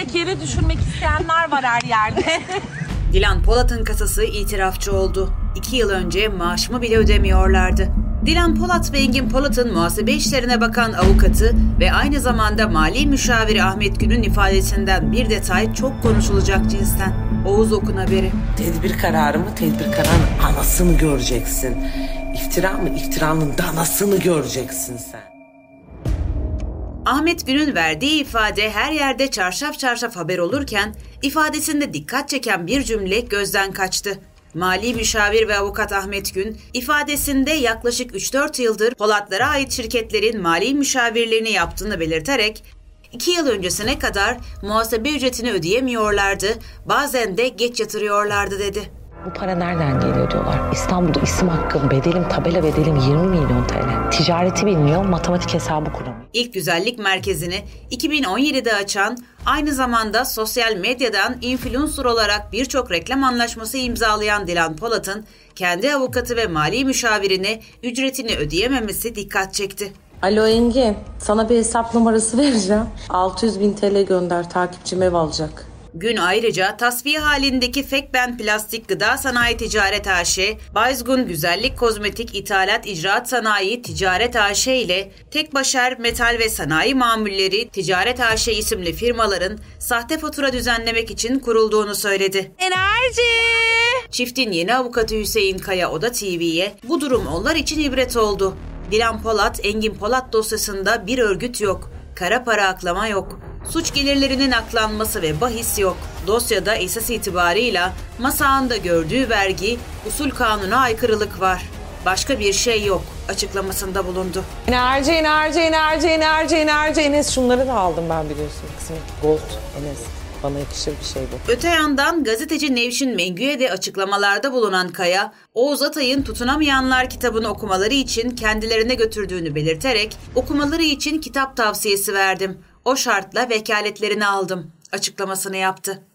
direkt yere düşürmek isteyenler var her yerde. Dilan Polat'ın kasası itirafçı oldu. 2 yıl önce maaşımı bile ödemiyorlardı. Dilan Polat ve Engin Polat'ın muhasebe işlerine bakan avukatı ve aynı zamanda mali müşaviri Ahmet Gün'ün ifadesinden bir detay çok konuşulacak cinsten. Oğuz Okun haberi. Tedbir kararı mı? Tedbir kararının anasını göreceksin. İftira mı? İftiranın danasını göreceksin sen. Ahmet Gün'ün verdiği ifade her yerde çarşaf çarşaf haber olurken ifadesinde dikkat çeken bir cümle gözden kaçtı. Mali müşavir ve avukat Ahmet Gün ifadesinde yaklaşık 3-4 yıldır Polatlara ait şirketlerin mali müşavirliğini yaptığını belirterek 2 yıl öncesine kadar muhasebe ücretini ödeyemiyorlardı, bazen de geç yatırıyorlardı dedi. Bu para nereden geliyor diyorlar. İstanbul'da isim hakkım, bedelim, tabela bedelim 20 milyon TL. Ticareti bilmiyor, matematik hesabı kuramıyor. İlk güzellik merkezini 2017'de açan, aynı zamanda sosyal medyadan influencer olarak birçok reklam anlaşması imzalayan Dilan Polat'ın kendi avukatı ve mali müşavirine ücretini ödeyememesi dikkat çekti. Alo Engin, sana bir hesap numarası vereceğim. 600.000 TL gönder, takipçim ev alacak. Gün ayrıca tasfiye halindeki Fekben Plastik Gıda Sanayi Ticaret AŞ, Bayzgun Güzellik Kozmetik İthalat İcraat Sanayi Ticaret AŞ ile Tekbaşer Metal ve Sanayi Mamulleri Ticaret AŞ isimli firmaların sahte fatura düzenlemek için kurulduğunu söyledi. Enerji! Çiftin yeni avukatı Hüseyin Kaya Oda TV'ye bu durum onlar için ibret oldu. Dilan Polat, Engin Polat dosyasında bir örgüt yok, kara para aklama yok. Suç gelirlerinin aklanması ve bahis yok. Dosyada esas itibarıyla masağında gördüğü vergi, usul kanuna aykırılık var. Başka bir şey yok açıklamasında bulundu. Enerji. Enes şunları da aldım ben biliyorsun. Kısmet gold Enes. Bana yakışır bir şey bu. Öte yandan gazeteci Nevşin Mengü'ye de açıklamalarda bulunan Kaya, Oğuz Atay'ın Tutunamayanlar kitabını okumaları için kendilerine götürdüğünü belirterek okumaları için kitap tavsiyesi verdim. O şartla vekaletlerini aldım açıklamasını yaptı.